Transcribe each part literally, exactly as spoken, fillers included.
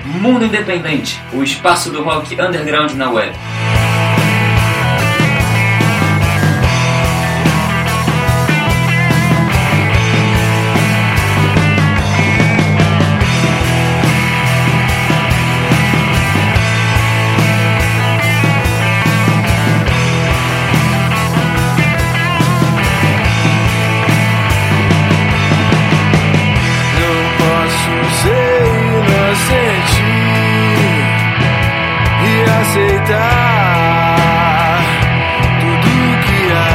Mundo Independente, o espaço do rock underground na web. Aceitar tudo que há,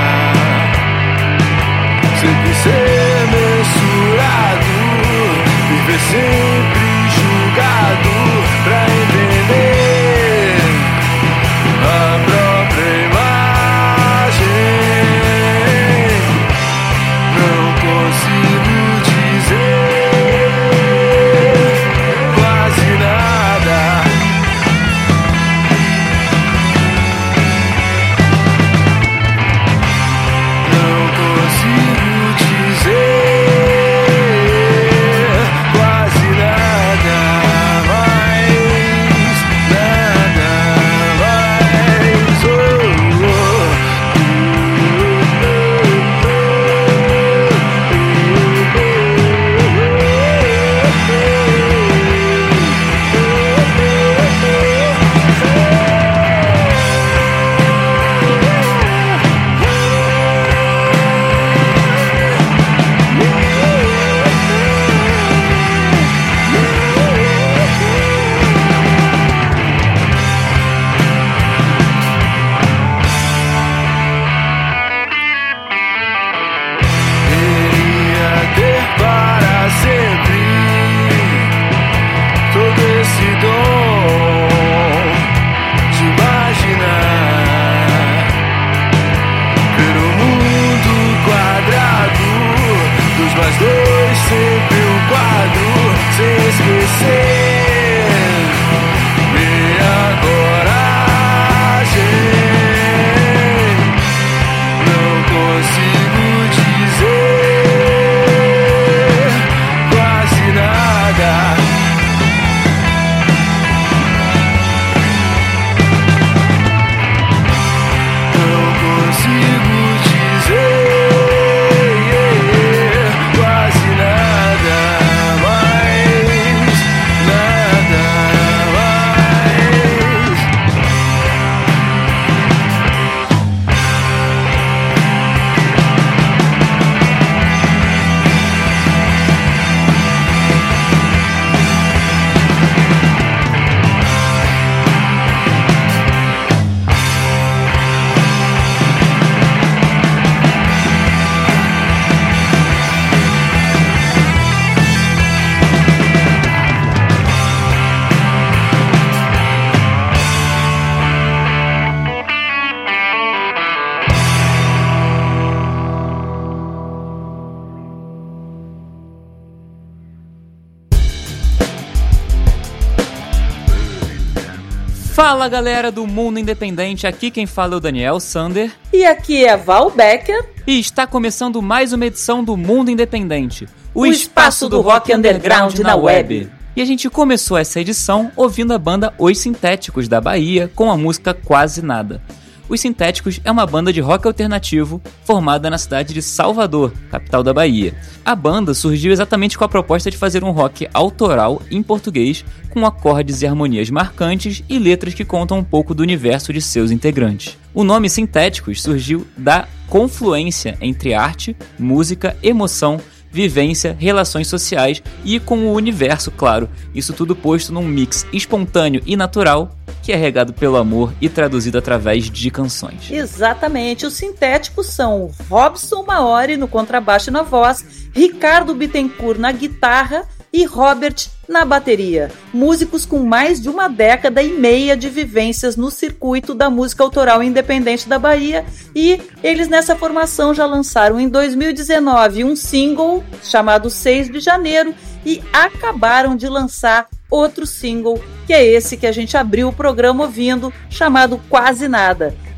sempre ser mensurado, viver sempre julgado pra entender a própria imagem. Não consigo dizer quase nada. Fala galera do Mundo Independente, aqui quem fala é o Daniel Sander. E aqui é a Val Becker. E está começando mais uma edição do Mundo Independente, o, o espaço, espaço do, do rock underground na web. E a gente começou essa edição ouvindo a banda Os Sintéticos da Bahia com a música Quase Nada. Os Sintéticos é uma banda de rock alternativo formada na cidade de Salvador, capital da Bahia. A banda surgiu exatamente com a proposta de fazer um rock autoral em português, com acordes e harmonias marcantes e letras que contam um pouco do universo de seus integrantes. O nome Sintéticos surgiu da confluência entre arte, música, emoção, vivência, relações sociais e com o universo, claro. Isso tudo posto num mix espontâneo e natural, que é regado pelo amor e traduzido através de canções. Exatamente. Os sintéticos são Robson Maori no contrabaixo e na voz, Ricardo Bittencourt na guitarra e Robert na bateria. Músicos com mais de uma década e meia de vivências no circuito da música autoral independente da Bahia, e eles nessa formação já lançaram em dois mil e dezenove um single chamado seis de janeiro e acabaram de lançar outro single, que é esse que a gente abriu o programa ouvindo, chamado Quase Nada.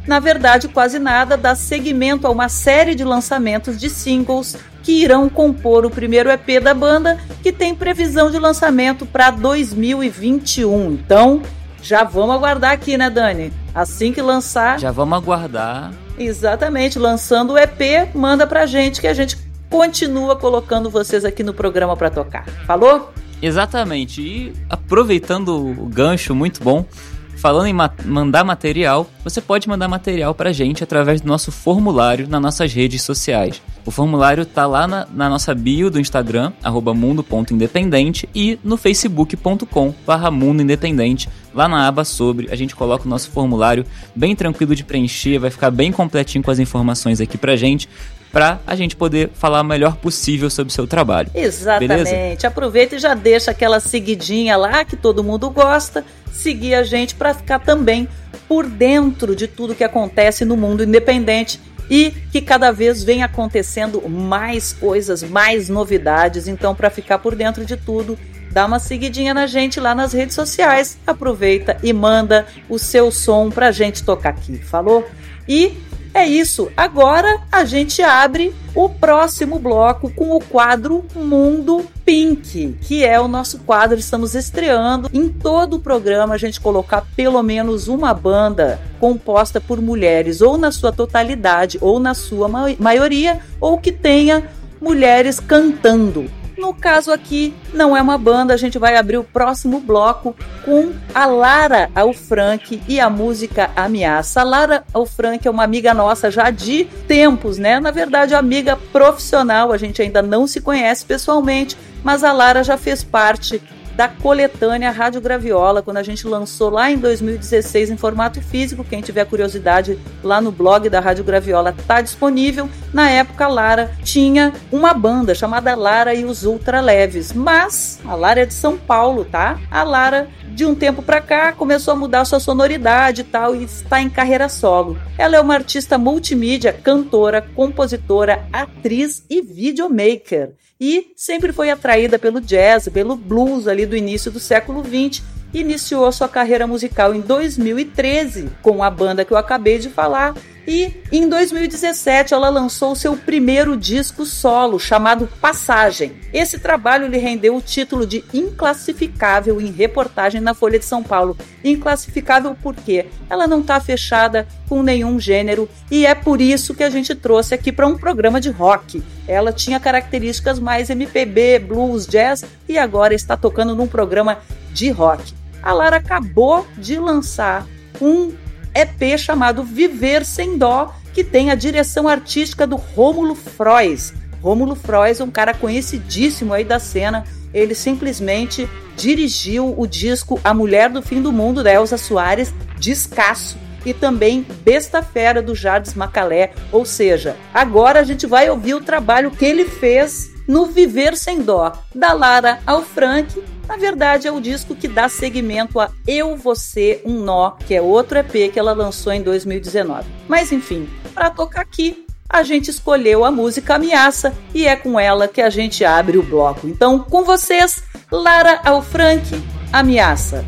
Na verdade, Quase Nada dá seguimento a uma série de lançamentos de singles que irão compor o primeiro E P da banda, que tem previsão de lançamento para dois mil e vinte e um. Então, já vamos aguardar aqui, né, Dani? Assim que lançar... Já vamos aguardar. Exatamente, lançando o E P, manda pra gente que a gente continua colocando vocês aqui no programa para tocar. Falou? Exatamente. E aproveitando o gancho muito bom, falando em ma- mandar material, você pode mandar material pra gente através do nosso formulário nas nossas redes sociais. O formulário tá lá na, na nossa bio do Instagram, arroba mundo ponto independente, e no facebook ponto com barra mundo independente. Lá na aba sobre, a gente coloca o nosso formulário bem tranquilo de preencher, vai ficar bem completinho com as informações aqui pra gente, pra a gente poder falar o melhor possível sobre o seu trabalho. Exatamente. Beleza? Aproveita e já deixa aquela seguidinha lá que todo mundo gosta, seguir a gente para ficar também por dentro de tudo que acontece no mundo independente e que cada vez vem acontecendo mais coisas, mais novidades. Então, para ficar por dentro de tudo, dá uma seguidinha na gente lá nas redes sociais, aproveita e manda o seu som pra gente tocar aqui, falou? E é isso, agora a gente abre o próximo bloco com o quadro Mundo Pink, que é o nosso quadro, estamos estreando em todo o programa a gente colocar pelo menos uma banda composta por mulheres, ou na sua totalidade, ou na sua ma- maioria, ou que tenha mulheres cantando. No caso aqui, não é uma banda, a gente vai abrir o próximo bloco com a Lara Alfranque e a música Ameaça. A Lara Alfranque é uma amiga nossa já de tempos, né? Na verdade, amiga profissional, a gente ainda não se conhece pessoalmente, mas a Lara já fez parte da coletânea Rádio Graviola, quando a gente lançou lá em dois mil e dezesseis em formato físico. Quem tiver curiosidade, lá no blog da Rádio Graviola está disponível. Na época, a Lara tinha uma banda chamada Lara e os Ultra Leves, mas a Lara é de São Paulo, tá? A Lara, de um tempo pra cá, começou a mudar sua sonoridade e tal, e está em carreira solo. Ela é uma artista multimídia, cantora, compositora, atriz e videomaker. E sempre foi atraída pelo jazz, pelo blues ali do início do século vinte. Iniciou sua carreira musical em dois mil e treze com a banda que eu acabei de falar. E em dois mil e dezessete ela lançou seu primeiro disco solo, chamado Passagem. Esse trabalho lhe rendeu o título de Inclassificável em reportagem na Folha de São Paulo. Inclassificável porque ela não está fechada com nenhum gênero, e é por isso que a gente trouxe aqui para um programa de rock. Ela tinha características mais M P B, blues, jazz, e agora está tocando num programa de rock. A Lara acabou de lançar um E P chamado Viver Sem Dó, que tem a direção artística do Rômulo Frois. Rômulo Frois é um cara conhecidíssimo aí da cena. Ele simplesmente dirigiu o disco A Mulher do Fim do Mundo, da Elza Soares, Descasso, e também Besta Fera, do Jardim Macalé. Ou seja, agora a gente vai ouvir o trabalho que ele fez no Viver Sem Dó, da Lara Alfranque. Na verdade, é o disco que dá seguimento a Eu, Você, Um Nó, que é outro E P que ela lançou em dois mil e dezenove. Mas enfim, para tocar aqui, a gente escolheu a música Ameaça, e é com ela que a gente abre o bloco. Então, com vocês, Lara Alfranque, Ameaça.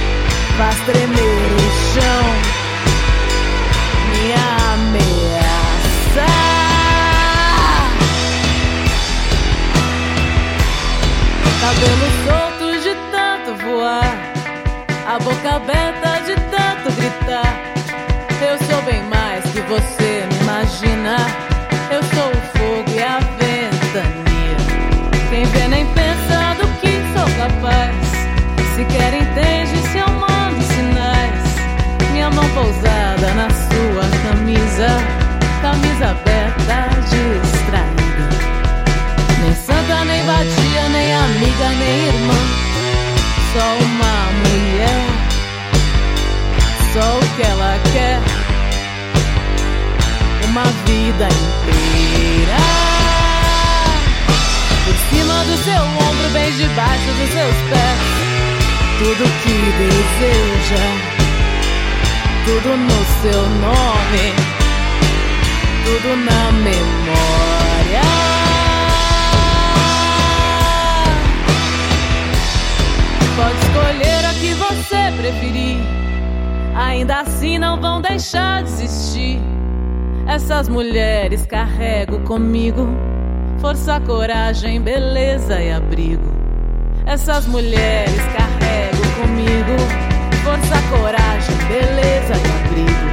Faz tremer o chão, minha ameaça. a boca aberta de tanto gritar. Eu sou bem mais que você me imagina. Eu sou o fogo e a ventania. Quem vê nem pensa do que sou capaz. Sequer entende se eu mando sinais. Minha mão pousada na sua camisa, camisa aberta, distraída. Nem santa, nem vadia, nem amiga, nem irmã. Só uma mulher, só o que ela quer, uma vida inteira. Por cima do seu ombro, bem debaixo dos seus pés, tudo que deseja, tudo no seu nome, tudo na memória. Pode escolher a que você preferir, ainda assim não vão deixar de existir. Essas mulheres carrego comigo, força, coragem, beleza e abrigo. Essas mulheres carrego comigo, força, coragem, beleza e abrigo.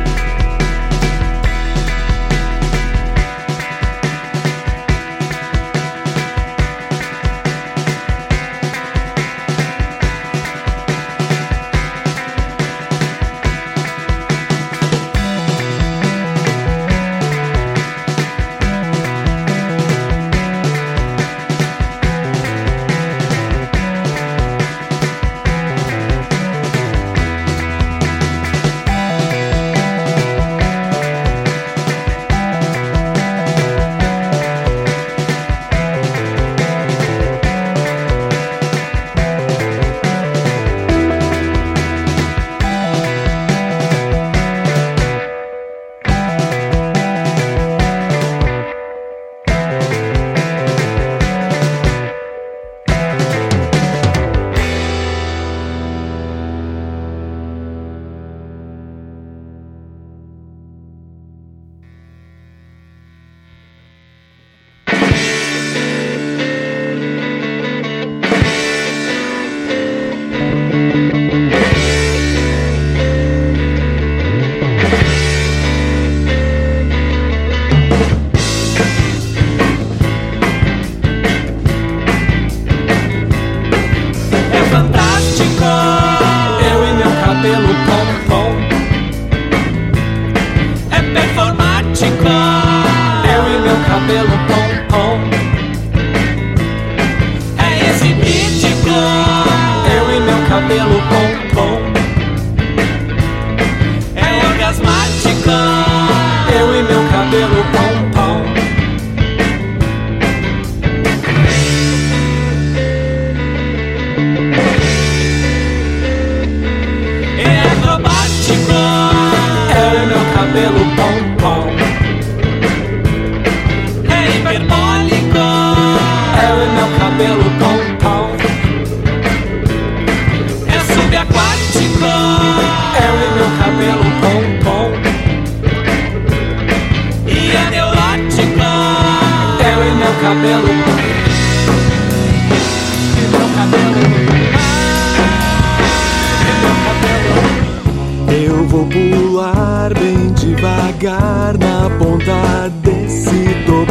Eu vou pular bem devagar na ponta desse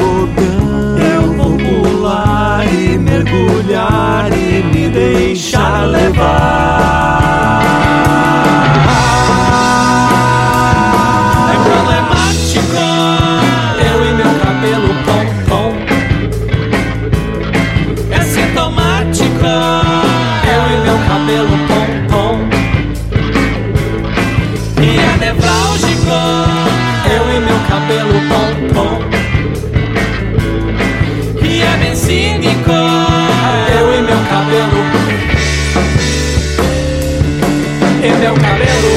tobogã. Eu vou pular e mergulhar e me deixar levar. É problemático, eu e meu cabelo pom-pom. É sintomático, eu e meu cabelo pom-pom. E é nevrálgico, eu e meu cabelo pom-pom. E é bem cínico, eu e meu cabelo. E meu cabelo.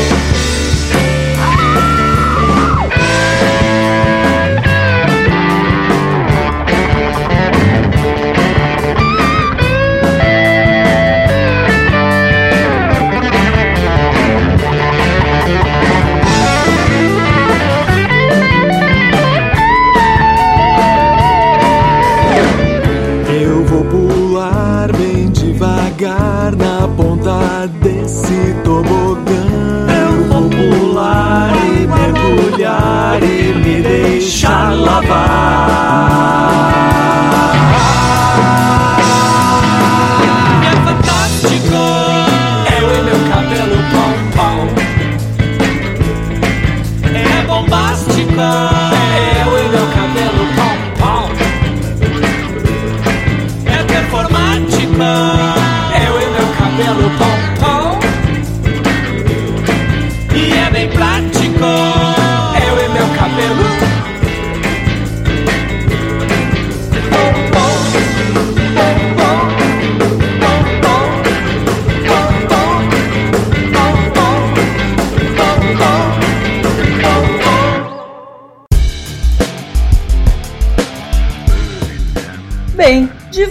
Na ponta desse tobogã.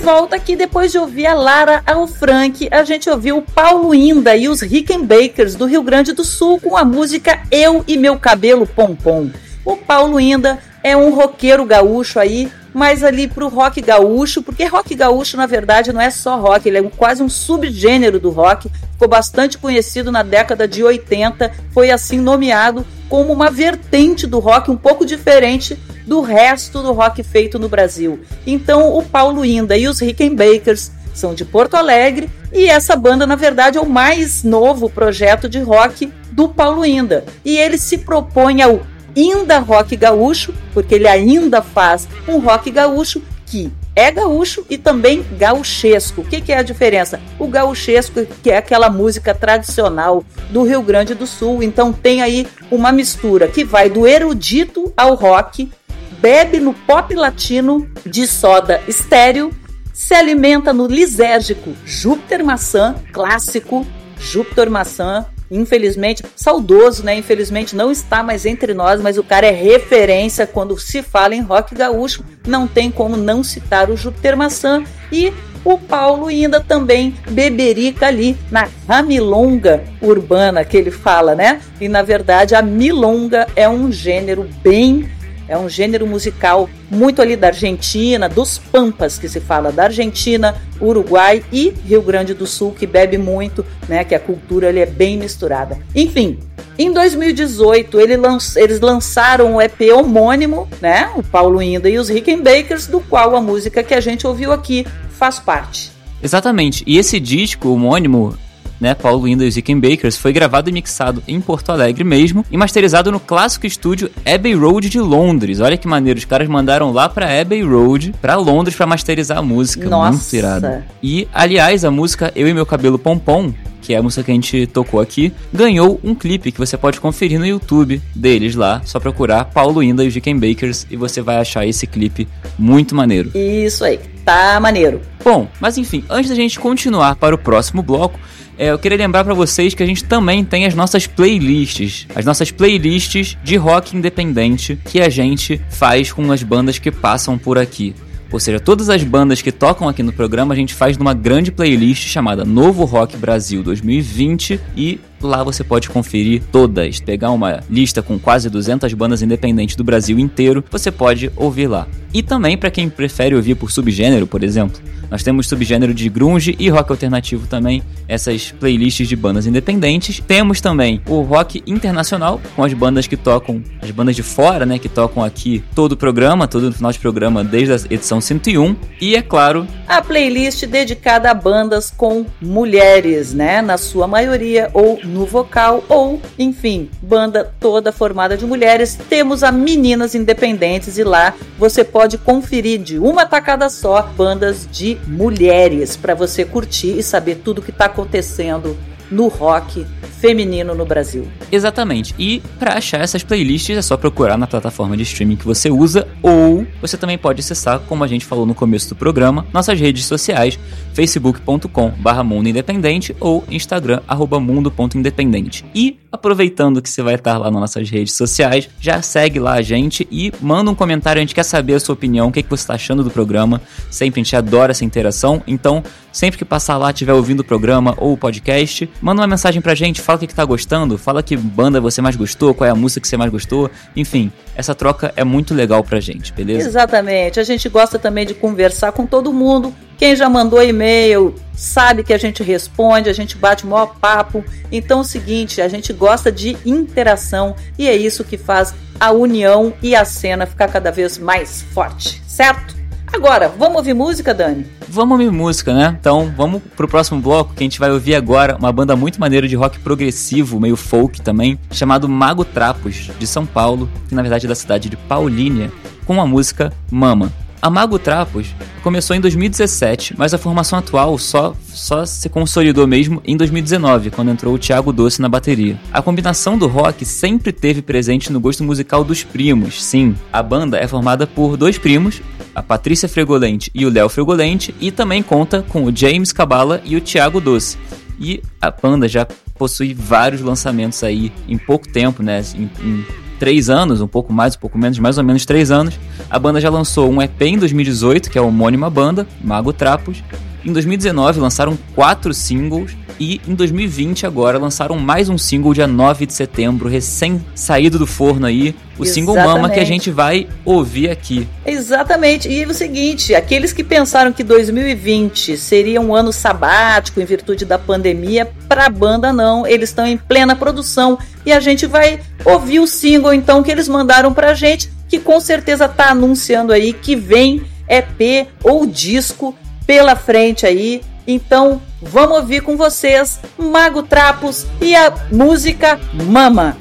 volta aqui depois de ouvir a Lara ao Frank, a gente ouviu o Paulo Inda e os Rickenbackers do Rio Grande do Sul com a música Eu e Meu Cabelo Pompom. O Paulo Inda é um roqueiro gaúcho aí, mas ali pro rock gaúcho, porque rock gaúcho na verdade não é só rock, ele é quase um subgênero do rock, ficou bastante conhecido na década de oitenta, foi assim nomeado como uma vertente do rock um pouco diferente do resto do rock feito no Brasil. Então o Paulo Inda e os Rickenbackers são de Porto Alegre e essa banda na verdade é o mais novo projeto de rock do Paulo Inda. E ele se propõe ao Inda Rock Gaúcho, porque ele ainda faz um rock gaúcho que é gaúcho e também gauchesco. O que, que é a diferença? O gauchesco, que é aquela música tradicional do Rio Grande do Sul, então tem aí uma mistura que vai do erudito ao rock, bebe no pop latino de soda estéreo, se alimenta no lisérgico Júpiter Maçã, clássico Júpiter Maçã, infelizmente, saudoso, né? Infelizmente não está mais entre nós, mas o cara é referência quando se fala em rock gaúcho, não tem como não citar o Júpiter Maçã. E o Paulo ainda também beberica ali na ramilonga urbana que ele fala, né? E na verdade a milonga é um gênero bem... É um gênero musical muito ali da Argentina, dos Pampas, que se fala da Argentina, Uruguai e Rio Grande do Sul, que bebe muito, né? Que a cultura ali é bem misturada. Enfim, em dois mil e dezoito ele lanç, eles lançaram o E P homônimo, né? O Paulo Inda e os Rickenbackers, do qual a música que a gente ouviu aqui faz parte. Exatamente, e esse disco homônimo, né, Paulo Inda e os Rickenbackers, foi gravado e mixado em Porto Alegre mesmo e masterizado no clássico estúdio Abbey Road de Londres. Olha que maneiro, os caras mandaram lá pra Abbey Road, pra Londres, pra masterizar a música. Nossa. Muito irado. E, aliás, a música Eu e Meu Cabelo Pompom, que é a música que a gente tocou aqui, ganhou um clipe que você pode conferir no YouTube deles lá, só procurar Paulo Inda e os Rickenbackers e você vai achar esse clipe muito maneiro. Isso aí, tá maneiro. Bom, mas enfim, antes da gente continuar para o próximo bloco, É, eu queria lembrar pra vocês que a gente também tem as nossas playlists, as nossas playlists de rock independente que a gente faz com as bandas que passam por aqui. Ou seja, todas as bandas que tocam aqui no programa a gente faz numa grande playlist chamada Novo Rock Brasil dois mil e vinte e lá você pode conferir todas, pegar uma lista com quase duzentas bandas independentes do Brasil inteiro, você pode ouvir lá. E também para quem prefere ouvir por subgênero, por exemplo, nós temos subgênero de grunge e rock alternativo também, essas playlists de bandas independentes. Temos também o rock internacional, com as bandas que tocam, as bandas de fora, né, que tocam aqui todo o programa, todo o final de programa desde a edição cento e um. E, é claro, a playlist dedicada a bandas com mulheres, né, na sua maioria, ou no vocal, ou, enfim, banda toda formada de mulheres. Temos a Meninas Independentes e lá você pode conferir de uma tacada só bandas de mulheres para você curtir e saber tudo que está acontecendo no rock feminino no Brasil. Exatamente. E para achar essas playlists é só procurar na plataforma de streaming que você usa, ou você também pode acessar, como a gente falou no começo do programa, nossas redes sociais, facebook ponto com barra mundo independente ou Instagram, arroba mundo ponto independente. E aproveitando que você vai estar lá nas nossas redes sociais, já segue lá a gente e manda um comentário, a gente quer saber a sua opinião, o que, que você está achando do programa. Sempre a gente adora essa interação, então sempre que passar lá, estiver ouvindo o programa ou o podcast, manda uma mensagem pra gente, fala o que, que tá gostando, fala que banda você mais gostou, qual é a música que você mais gostou, enfim, essa troca é muito legal pra gente, beleza? Exatamente, a gente gosta também de conversar com todo mundo. Quem já mandou e-mail sabe que a gente responde, a gente bate o maior papo. Então é o seguinte, a gente gosta de interação e é isso que faz a união e a cena ficar cada vez mais forte, certo? Agora, vamos ouvir música, Dani? Vamos ouvir música, né? Então, vamos pro próximo bloco, que a gente vai ouvir agora uma banda muito maneira de rock progressivo, meio folk também, chamado Mago Trapos, de São Paulo, que na verdade é da cidade de Paulínia, com a música Mama. A Mago Trapos começou em dois mil e dezessete, mas a formação atual só, só se consolidou mesmo em dois mil e dezenove, quando entrou o Thiago Doce na bateria. A combinação do rock sempre teve presente no gosto musical dos primos. Sim, a banda é formada por dois primos, a Patrícia Fregolente e o Léo Fregolente, e também conta com o James Cabala e o Thiago Doce. E a banda já possui vários lançamentos aí em pouco tempo, né? Em, em três anos, um pouco mais, um pouco menos, mais ou menos três anos, a banda já lançou um E P em dois mil e dezoito, que é a homônima banda, Mago Trapos. Em dois mil e dezenove lançaram quatro singles e em dois mil e vinte agora lançaram mais um single dia nove de setembro, recém saído do forno aí, o Exatamente. single Mama, que a gente vai ouvir aqui. Exatamente, e o seguinte, aqueles que pensaram que dois mil e vinte seria um ano sabático em virtude da pandemia, pra banda não, eles estão em plena produção e a gente vai ouvir o single então que eles mandaram pra gente, que com certeza tá anunciando aí que vem E P ou disco pela frente aí. Então vamos ouvir com vocês Mago Trapos e a música Mama.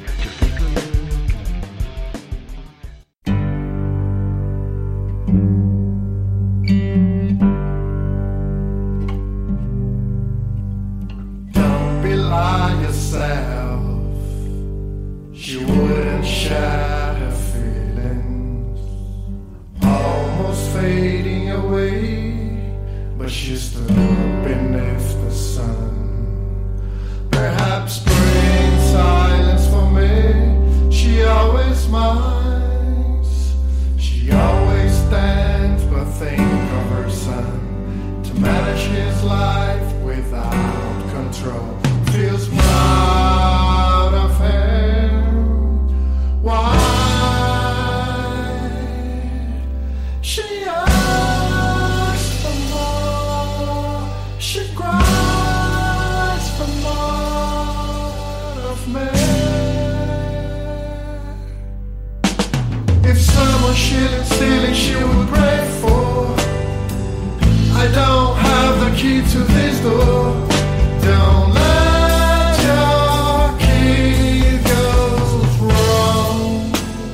Don't belie yourself. She wouldn't share her feelings, almost fading away. But she stood beneath the sun. Perhaps bring silence for me. She always minds. She always stands but think of her son. To manage his life without control. Feels proud of him. Why? She shilling, stealing, she would pray for. I don't have the key to this door. Don't let your key go wrong.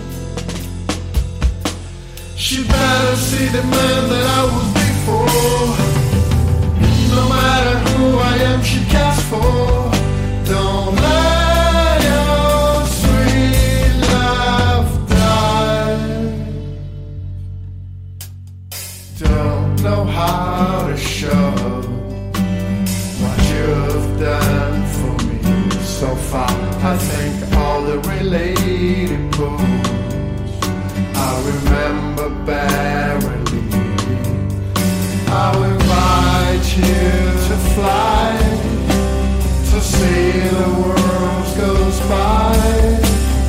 She better see the man that I was before. No matter who I am, she cares for. Don't let your sweet love die. Don't know how to show what you've done for me so far. I think all the related poems I remember barely. I'll invite you to fly, to see the world goes by.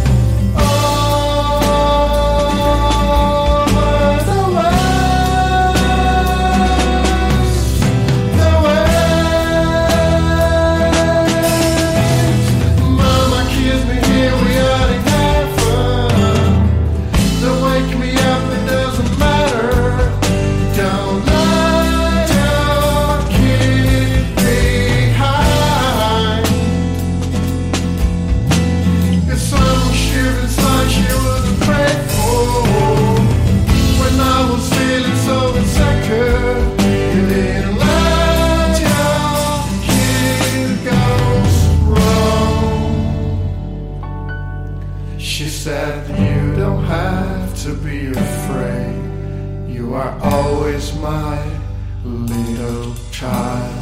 Always my little child.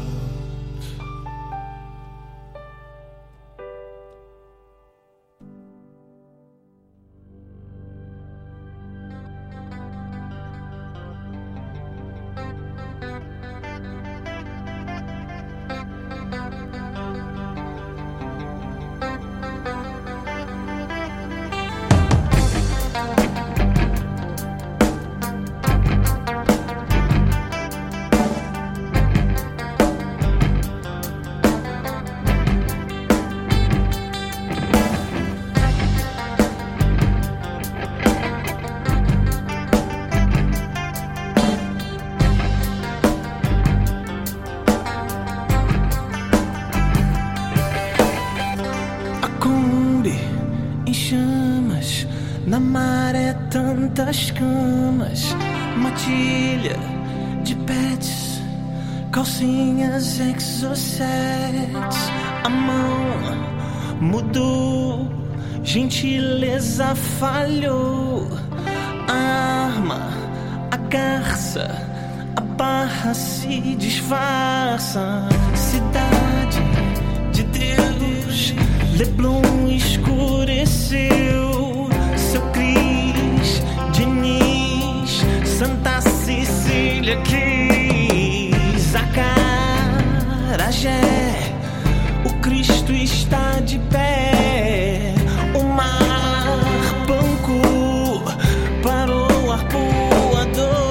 Na maré tantas camas, matilha de pets, calcinhas exocets. A mão mudou, gentileza falhou. A arma, a garça, a barra se disfarça. Cidade de Deus, Leblon escureceu. Julia Keys, Acarajé, o Cristo está de pé, o mar banco para o arpoador.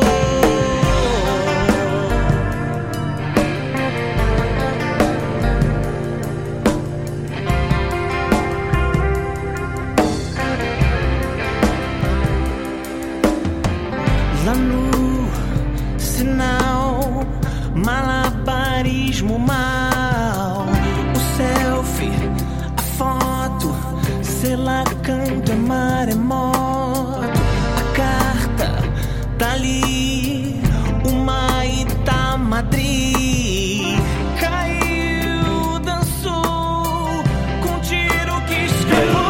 Lá no sinal, malabarismo mal, o selfie, a foto, sei lá, canto, é maremoto, a carta tá ali, uma Ita Madrid, caiu, dançou, com tiro que escapou.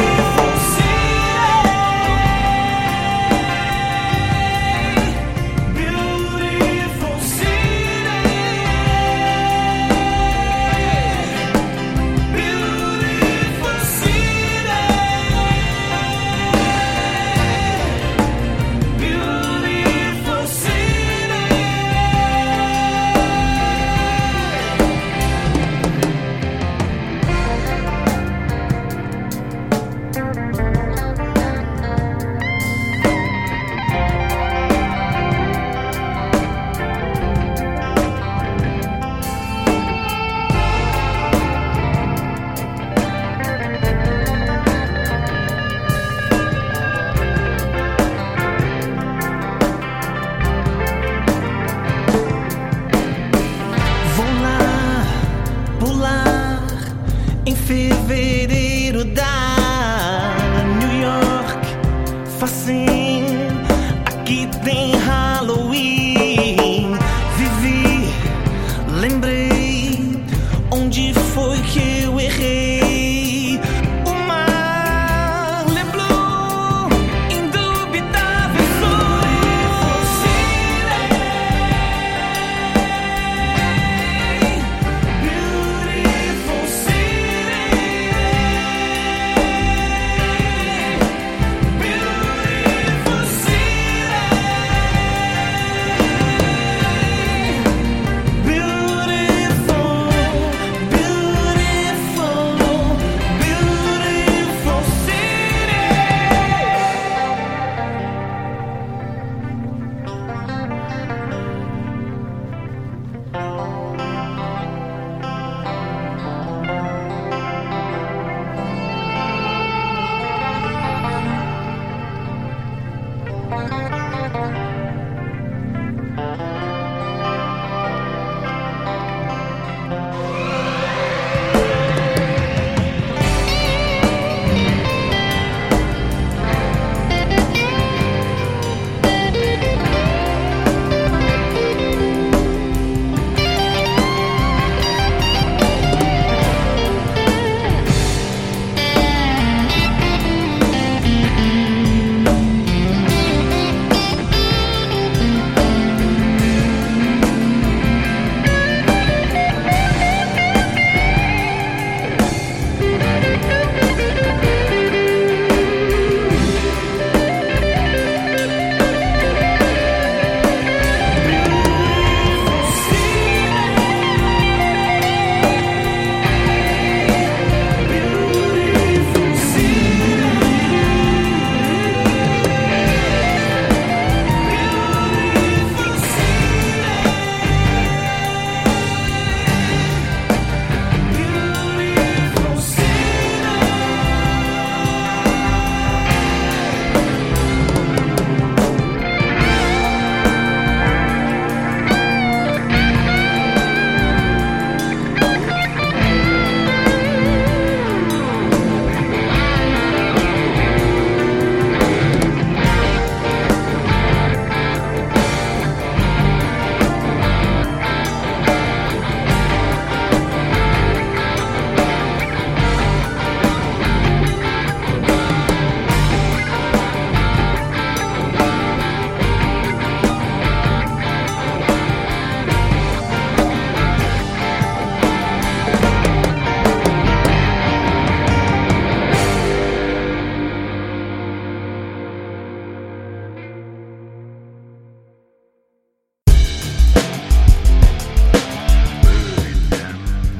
Fevereiro da New York, facinho, aqui tem Halloween. Vivi, lembrei, onde foi que eu errei? O mar lembrou, indubitável sou. Beautiful city.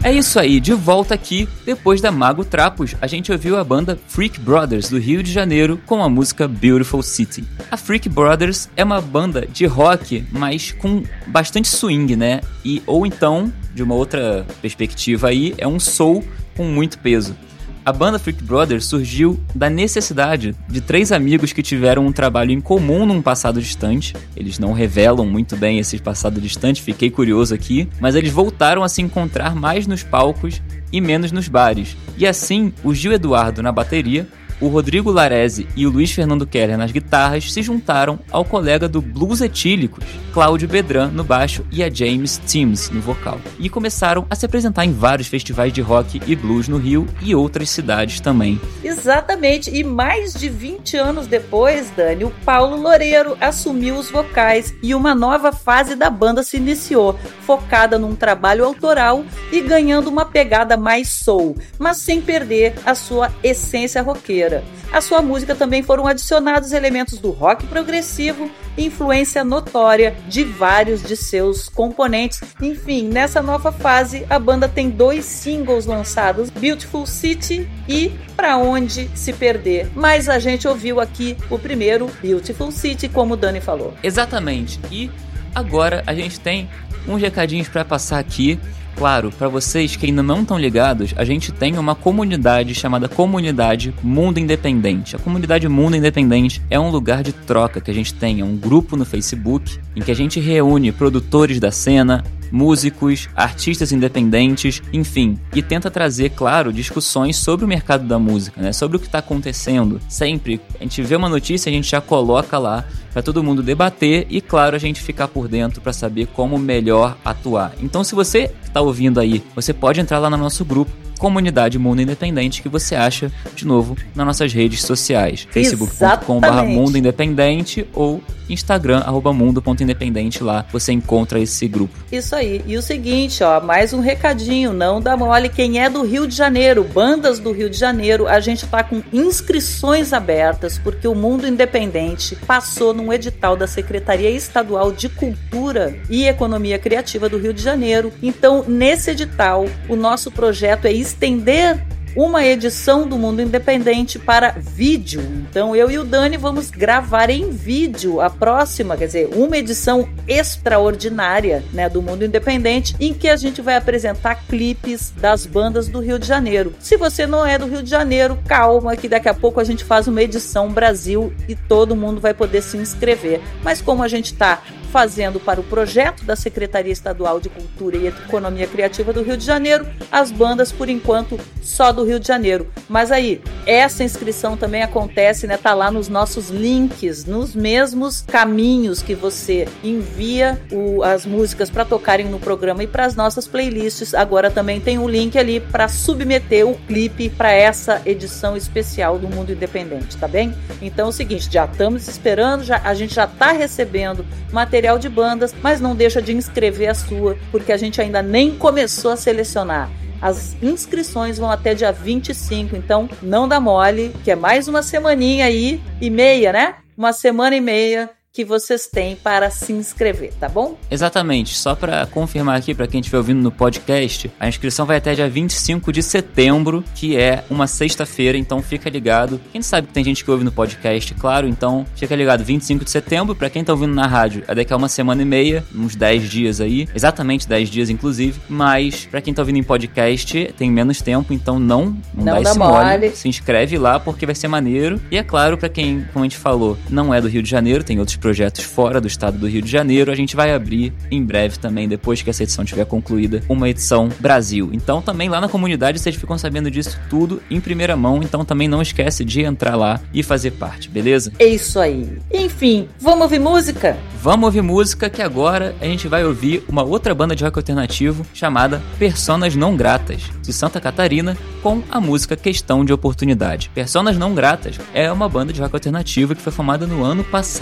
É isso aí, de volta aqui, depois da Mago Trapos, a gente ouviu a banda Freak Brothers do Rio de Janeiro com a música Beautiful City. A Freak Brothers é uma banda de rock, mas com bastante swing, né? E, ou então, de uma outra perspectiva aí, é um soul com muito peso. A banda Freak Brothers surgiu da necessidade de três amigos que tiveram um trabalho em comum num passado distante. Eles não revelam muito bem esse passado distante, fiquei curioso aqui, mas eles voltaram a se encontrar mais nos palcos e menos nos bares. E assim, o Gil Eduardo na bateria, o Rodrigo Larese e o Luiz Fernando Keller nas guitarras se juntaram ao colega do Blues Etílicos, Cláudio Bedran no baixo e a James Timms no vocal. E começaram a se apresentar em vários festivais de rock e blues no Rio e outras cidades também. Exatamente, e mais de vinte anos depois, Dani, o Paulo Loureiro assumiu os vocais e uma nova fase da banda se iniciou, focada num trabalho autoral e ganhando uma pegada mais soul, mas sem perder a sua essência roqueira. À sua música também foram adicionados elementos do rock progressivo, influência notória de vários de seus componentes. Enfim, nessa nova fase, a banda tem dois singles lançados, Beautiful City e Pra Onde Se Perder. Mas a gente ouviu aqui o primeiro, Beautiful City, como o Dani falou. Exatamente. E agora a gente tem uns recadinhos para passar aqui. Claro, para vocês que ainda não estão ligados, a gente tem uma comunidade chamada Comunidade Mundo Independente. A Comunidade Mundo Independente é um lugar de troca que a gente tem, é um grupo no Facebook em que a gente reúne produtores da cena, músicos, artistas independentes, enfim, e tenta trazer, claro, discussões sobre o mercado da música, né? Sobre o que está acontecendo. Sempre a gente vê uma notícia, a gente já coloca lá para todo mundo debater e, claro, a gente ficar por dentro para saber como melhor atuar. Então, se você está ouvindo aí, você pode entrar lá no nosso grupo Comunidade Mundo Independente, que você acha, de novo, nas nossas redes sociais. facebook ponto com barra Mundo Independente ou Instagram, arroba mundo ponto independente. Lá você encontra esse grupo. Isso aí. E o seguinte, ó, mais um recadinho, não dá mole. Quem é do Rio de Janeiro, bandas do Rio de Janeiro, a gente tá com inscrições abertas, porque o Mundo Independente passou num edital da Secretaria Estadual de Cultura e Economia Criativa do Rio de Janeiro. Então, nesse edital, o nosso projeto é estender uma edição do Mundo Independente para vídeo. Então eu e o Dani vamos gravar em vídeo a próxima, quer dizer, uma edição extraordinária, né, do Mundo Independente, em que a gente vai apresentar clipes das bandas do Rio de Janeiro. Se você não é do Rio de Janeiro, calma que daqui a pouco a gente faz uma edição Brasil e todo mundo vai poder se inscrever. Mas como a gente está fazendo para o projeto da Secretaria Estadual de Cultura e Economia Criativa do Rio de Janeiro, as bandas, por enquanto, só do Rio de Janeiro. Mas aí, essa inscrição também acontece, né? Tá lá nos nossos links, nos mesmos caminhos que você envia o, as músicas para tocarem no programa e para as nossas playlists. Agora também tem um link ali para submeter o clipe para essa edição especial do Mundo Independente, tá bem? Então é o seguinte, já estamos esperando, já, a gente já está recebendo material de bandas, mas não deixa de inscrever a sua, porque a gente ainda nem começou a selecionar. As inscrições vão até dia vinte e cinco, então não dá mole, que é mais uma semaninha aí e meia, né? Uma semana e meia que vocês têm para se inscrever, tá bom? Exatamente, só para confirmar aqui para quem estiver ouvindo no podcast, a inscrição vai até dia vinte e cinco de setembro, que é uma sexta-feira, então fica ligado. Quem sabe que tem gente que ouve no podcast, claro, então fica ligado, vinte e cinco de setembro, para quem tá ouvindo na rádio, é daqui a uma semana e meia, uns dez dias aí, exatamente dez dias inclusive, mas para quem tá ouvindo em podcast, tem menos tempo, então não, não, não dá, dá esse mole. mole, se inscreve lá porque vai ser maneiro. E é claro, para quem, como a gente falou, não é do Rio de Janeiro, tem outros projetos fora do estado do Rio de Janeiro, a gente vai abrir em breve também, depois que essa edição estiver concluída, uma edição Brasil. Então também lá na comunidade vocês ficam sabendo disso tudo em primeira mão, então também não esquece de entrar lá e fazer parte, beleza? É isso aí. Enfim, vamos ouvir música? Vamos ouvir música, que agora a gente vai ouvir uma outra banda de rock alternativo chamada Personas Não Gratas, de Santa Catarina, com a música Questão de Oportunidade. Personas Não Gratas é uma banda de rock alternativo que foi formada no ano passado,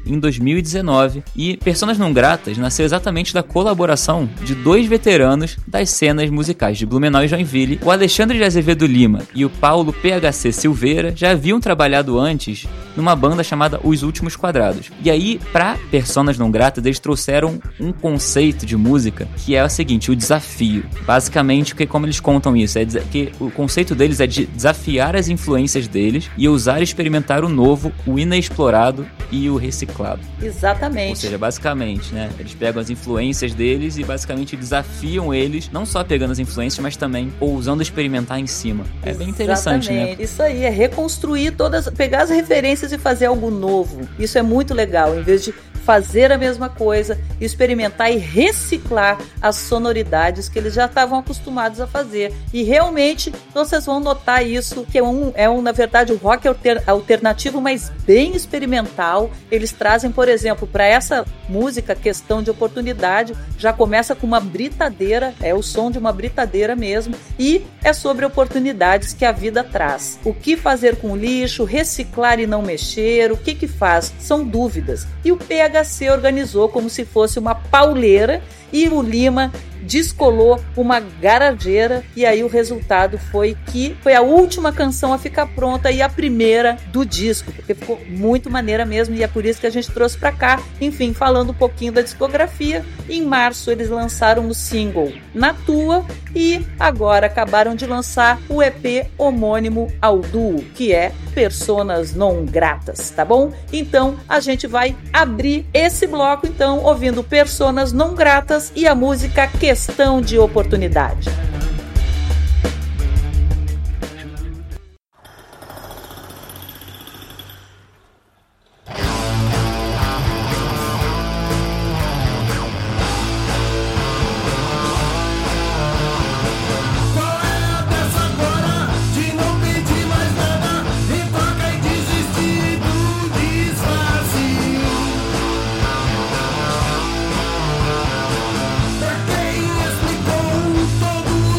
em dois mil e dezenove, e Personas Não Gratas nasceu exatamente da colaboração de dois veteranos das cenas musicais de Blumenau e Joinville. O Alexandre de Azevedo Lima e o Paulo P H C Silveira já haviam trabalhado antes numa banda chamada Os Últimos Quadrados. E aí, pra Personas Não Gratas, eles trouxeram um conceito de música que é o seguinte, o desafio. Basicamente, que, como eles contam isso, é que o conceito deles é de desafiar as influências deles e usar e experimentar o novo, o inexplorado e o reciclado. Exatamente. Ou seja, basicamente, né, eles pegam as influências deles e basicamente desafiam eles, não só pegando as influências, mas também ousando experimentar em cima. É bem interessante, Exatamente. né? Isso aí, é reconstruir todas, pegar as referências e fazer algo novo. Isso é muito legal, em vez de fazer a mesma coisa, experimentar e reciclar as sonoridades que eles já estavam acostumados a fazer. E realmente vocês vão notar isso, que é um, é um na verdade, o rock alter, alternativo, mas bem experimental. Eles trazem, por exemplo, para essa música, Questão de Oportunidade, já começa com uma britadeira, é o som de uma britadeira mesmo, e é sobre oportunidades que a vida traz. O que fazer com o lixo, reciclar e não mexer, o que que faz? São dúvidas. E o P H C organizou como se fosse uma pauleira e o Lima descolou uma garageira, e aí o resultado foi que foi a última canção a ficar pronta e a primeira do disco, porque ficou muito maneira mesmo, e é por isso que a gente trouxe pra cá. Enfim, falando um pouquinho da discografia, em março eles lançaram o single Na Tua e agora acabaram de lançar o E P homônimo ao duo, que é Personas Não Gratas, tá bom? Então a gente vai abrir esse bloco então ouvindo Personas Não Gratas e a música Questão de Oportunidade. Todo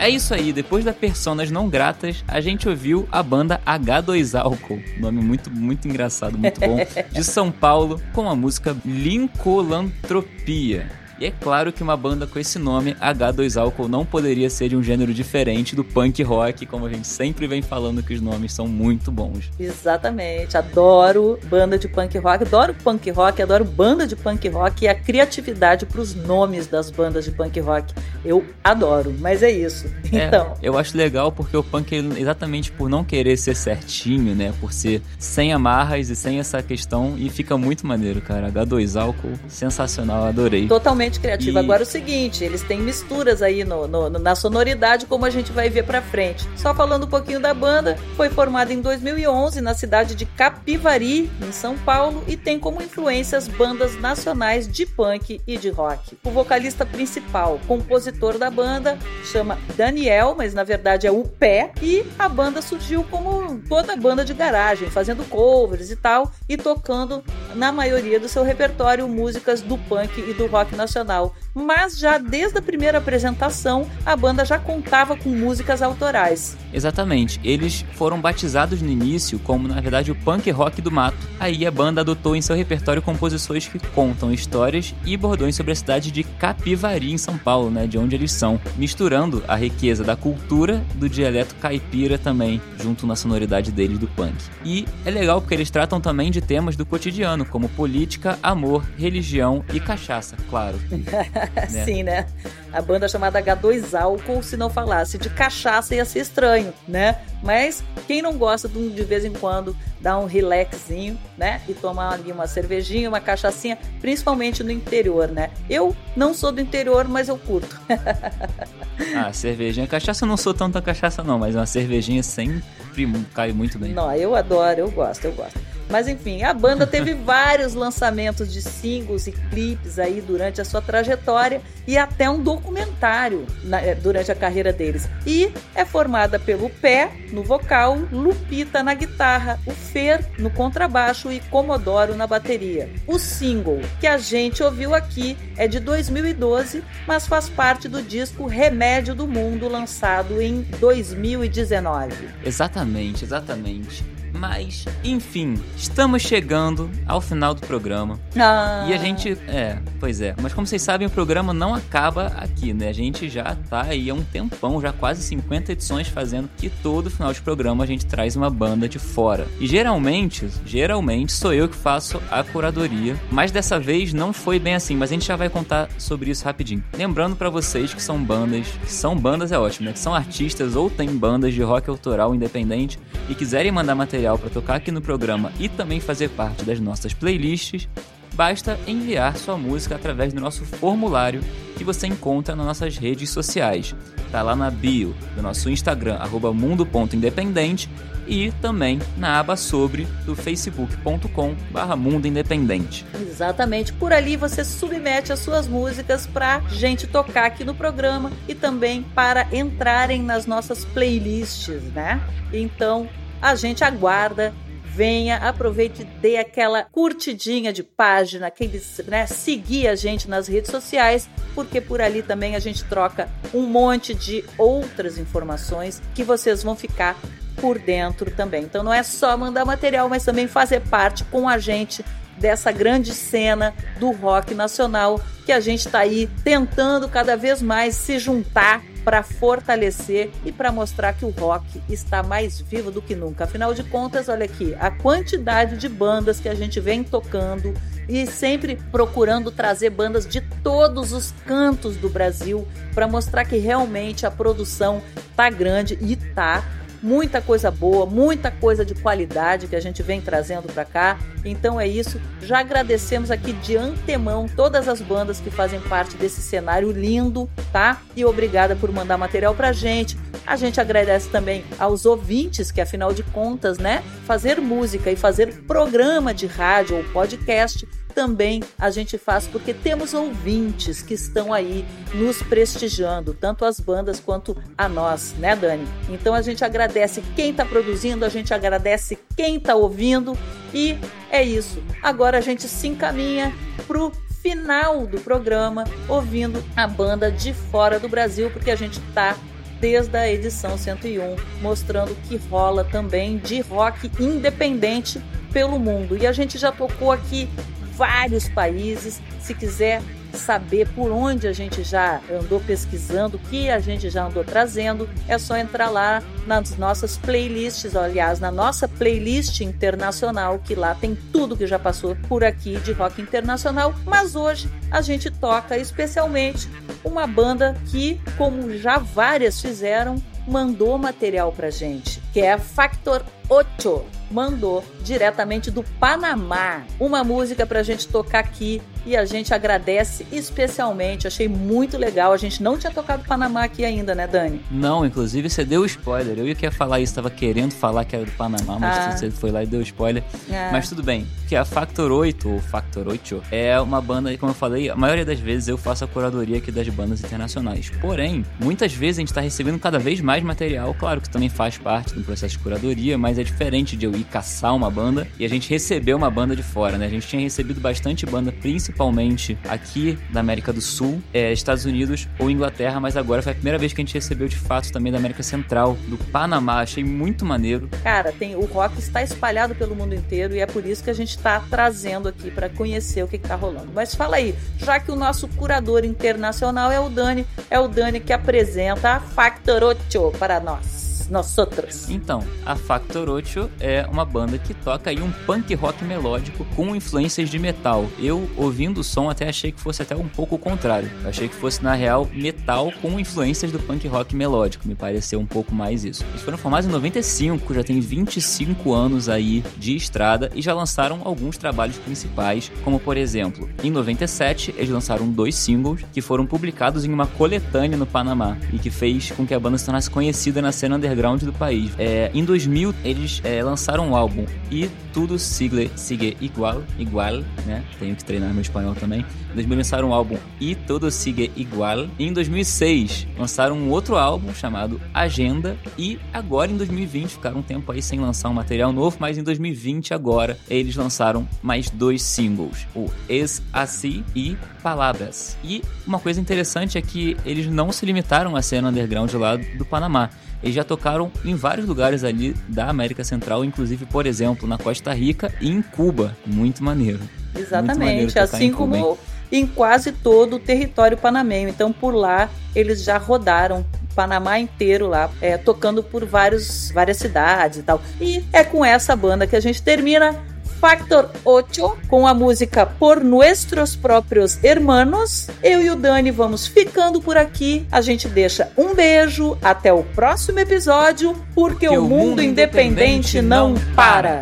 É isso aí, depois da Personas Não Gratas, a gente ouviu a banda agá dois Álcool, nome muito, muito engraçado, muito bom, de São Paulo, com a música Lincolantropia. E é claro que uma banda com esse nome, agá dois Álcool, não poderia ser de um gênero diferente do punk rock, como a gente sempre vem falando que os nomes são muito bons. Exatamente, adoro banda de punk rock, adoro punk rock, adoro banda de punk rock e a criatividade para os nomes das bandas de punk rock. Eu adoro, mas é isso. Então, é, eu acho legal porque o punk, exatamente por não querer ser certinho, né, por ser sem amarras e sem essa questão, e fica muito maneiro, cara. agá dois Álcool, sensacional, adorei. Totalmente criativo. E... Agora o seguinte, eles têm misturas aí no, no, na sonoridade, como a gente vai ver pra frente. Só falando um pouquinho da banda, foi formada em dois mil e onze na cidade de Capivari, em São Paulo, e tem como influência as bandas nacionais de punk e de rock. O vocalista principal, compositor da banda, chama Daniel, mas na verdade é o Pé, e a banda surgiu como toda banda de garagem, fazendo covers e tal, e tocando na maioria do seu repertório músicas do punk e do rock nacional. Mas já desde a primeira apresentação, a banda já contava com músicas autorais. Exatamente, eles foram batizados no início como, na verdade, o punk rock do mato. Aí a banda adotou em seu repertório composições que contam histórias e bordões sobre a cidade de Capivari, em São Paulo, né, de onde eles são, misturando a riqueza da cultura do dialeto caipira também, junto na sonoridade deles do punk. E é legal porque eles tratam também de temas do cotidiano, como política, amor, religião e cachaça, claro. Né? Sim, né? A banda chamada agá dois Álcool, se não falasse de cachaça ia ser estranho, né? Mas quem não gosta de, um, de vez em quando dar um relaxzinho, né? E tomar ali uma cervejinha, uma cachaçinha, principalmente no interior, né? Eu não sou do interior, mas eu curto. Ah, cervejinha. Cachaça eu não sou tanta cachaça não, mas uma cervejinha sempre cai muito bem. Não, eu adoro, eu gosto, eu gosto. Mas enfim, a banda teve vários lançamentos de singles e clipes aí durante a sua trajetória e até um documentário na, durante a carreira deles. E é formada pelo Pé no vocal, Lupita na guitarra, o Fer no contrabaixo e Comodoro na bateria. O single que a gente ouviu aqui é de dois mil e doze, mas faz parte do disco Remédio do Mundo, lançado em dois mil e dezenove. Exatamente, exatamente. Mas, enfim, estamos chegando ao final do programa. Ah. E a gente... É, pois é. Mas como vocês sabem, o programa não acaba aqui, né? A gente já tá aí há um tempão, já quase cinquenta edições fazendo, que todo final de programa a gente traz uma banda de fora. E geralmente, geralmente sou eu que faço a curadoria. Mas dessa vez não foi bem assim, mas a gente já vai contar sobre isso rapidinho. Lembrando pra vocês que são bandas... Que são bandas é ótimo, né? Que são artistas ou tem bandas de rock autoral independente e quiserem mandar material para tocar aqui no programa e também fazer parte das nossas playlists, basta enviar sua música através do nosso formulário que você encontra nas nossas redes sociais. Tá lá na bio do nosso Instagram, arroba mundo ponto independente, e também na aba sobre do facebook ponto com barra mundo independente. Exatamente, por ali você submete as suas músicas pra gente tocar aqui no programa e também para entrarem nas nossas playlists, né? Então a gente aguarda, venha, aproveite e dê aquela curtidinha de página, aquele, né, seguir a gente nas redes sociais, porque por ali também a gente troca um monte de outras informações que vocês vão ficar por dentro também. Então não é só mandar material, mas também fazer parte com a gente dessa grande cena do rock nacional que a gente está aí tentando cada vez mais se juntar para fortalecer e para mostrar que o rock está mais vivo do que nunca. Afinal de contas, olha aqui, a quantidade de bandas que a gente vem tocando e sempre procurando trazer bandas de todos os cantos do Brasil para mostrar que realmente a produção tá grande e tá. Muita coisa boa, muita coisa de qualidade que a gente vem trazendo para cá. Então é isso, já agradecemos aqui de antemão todas as bandas que fazem parte desse cenário lindo, tá? E obrigada por mandar material pra gente. A gente agradece também aos ouvintes, que afinal de contas, né, fazer música e fazer programa de rádio ou podcast também a gente faz porque temos ouvintes que estão aí nos prestigiando, tanto as bandas quanto a nós, né, Dani? Então a gente agradece quem está produzindo, a gente agradece quem está ouvindo e é isso. Agora a gente se encaminha pro final do programa ouvindo a banda de fora do Brasil, porque a gente está desde a edição cento e um, mostrando que rola também de rock independente pelo mundo. E a gente já tocou aqui vários países. Se quiser saber por onde a gente já andou pesquisando, o que a gente já andou trazendo, é só entrar lá nas nossas playlists, aliás, na nossa playlist internacional, que lá tem tudo que já passou por aqui de rock internacional. Mas hoje a gente toca especialmente uma banda que, como já várias fizeram, mandou material pra gente, que é a Factor oito. Mandou diretamente do Panamá uma música pra gente tocar aqui e a gente agradece especialmente. Achei muito legal. A gente não tinha tocado Panamá aqui ainda, né, Dani? Não, inclusive você deu spoiler. Eu ia querer falar isso, tava querendo falar que era do Panamá, mas ah. você foi lá e deu spoiler. Ah. Mas tudo bem, que a Factor oito, ou Factor oito, é uma banda, como eu falei, a maioria das vezes eu faço a curadoria aqui das bandas internacionais. Porém, muitas vezes a gente tá recebendo cada vez mais material, claro que também faz parte do processo de curadoria, mas é diferente de eu ir caçar uma banda e a gente recebeu uma banda de fora, né? A gente tinha recebido bastante banda, principalmente aqui da América do Sul, é, Estados Unidos ou Inglaterra, mas agora foi a primeira vez que a gente recebeu de fato também da América Central, do Panamá. Achei muito maneiro. Cara, tem, o rock está espalhado pelo mundo inteiro e é por isso que a gente está trazendo aqui para conhecer o que está rolando. Mas fala aí, já que o nosso curador internacional é o Dani, é o Dani que apresenta a Factor oito para nós. Nós outros. Então, a Factor oito é uma banda que toca aí um punk rock melódico com influências de metal. Eu, ouvindo o som, até achei que fosse até um pouco o contrário. Eu achei que fosse, na real, metal com influências do punk rock melódico. Me pareceu um pouco mais isso. Eles foram formados em noventa e cinco, já tem vinte e cinco anos aí de estrada e já lançaram alguns trabalhos principais, como, por exemplo, em noventa e sete, eles lançaram dois singles que foram publicados em uma coletânea no Panamá e que fez com que a banda se tornasse conhecida na cena underground do país. É, em dois mil, eles é, lançaram um álbum E Tudo Sigue, sigue Igual, igual, né? Tenho que treinar meu espanhol também. Em dois mil, lançaram um álbum E Tudo Sigue Igual. E em dois mil e seis, lançaram um outro álbum chamado Agenda. E agora, em dois mil e vinte, ficaram um tempo aí sem lançar um material novo, mas em dois mil e vinte, agora, eles lançaram mais dois singles, o Es Así e Palavras. E uma coisa interessante é que eles não se limitaram à cena underground lá do Panamá. Eles já tocaram em vários lugares ali da América Central, inclusive, por exemplo, na Costa Rica e em Cuba. Muito maneiro. Exatamente, muito maneiro assim como Cuba, em quase todo o território panamenho. Então, por lá, eles já rodaram o Panamá inteiro lá, é, tocando por vários, várias cidades e tal. E é com essa banda que a gente termina Factor oito, com a música Por Nuestros Próprios Hermanos. Eu e o Dani vamos ficando por aqui. A gente deixa um beijo, até o próximo episódio, porque o, o mundo, mundo independente, independente não para.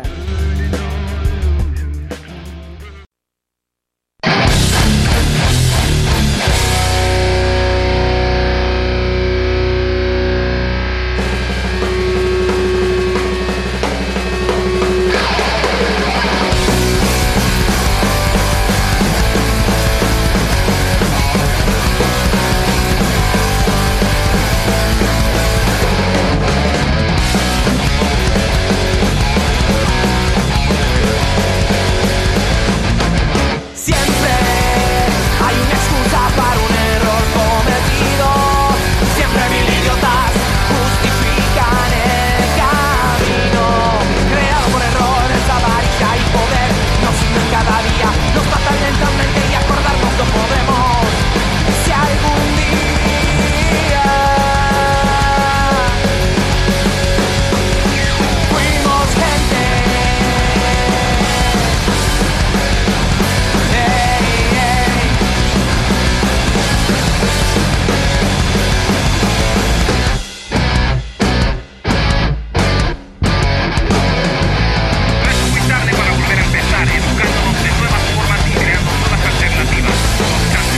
Educándonos de nuevas formas y creando nuevas alternativas.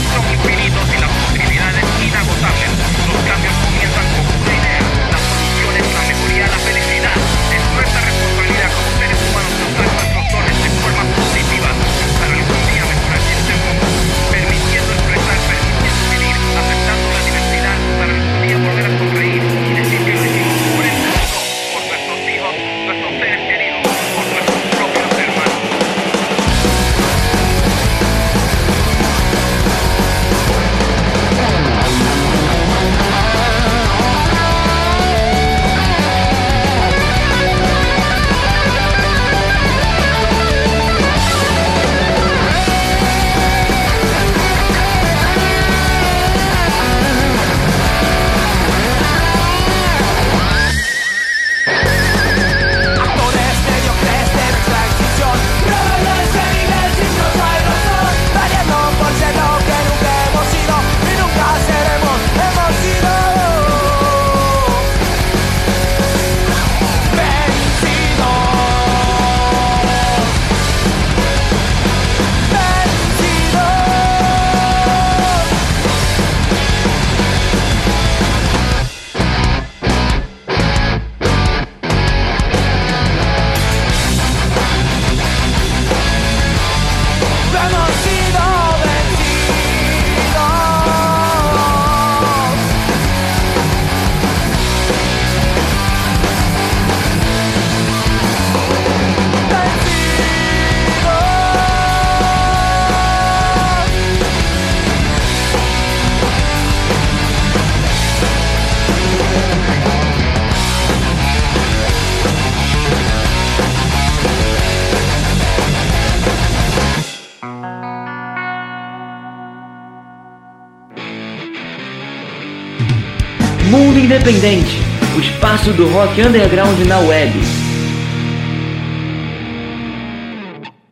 Mundo Independente, o espaço do rock underground na web.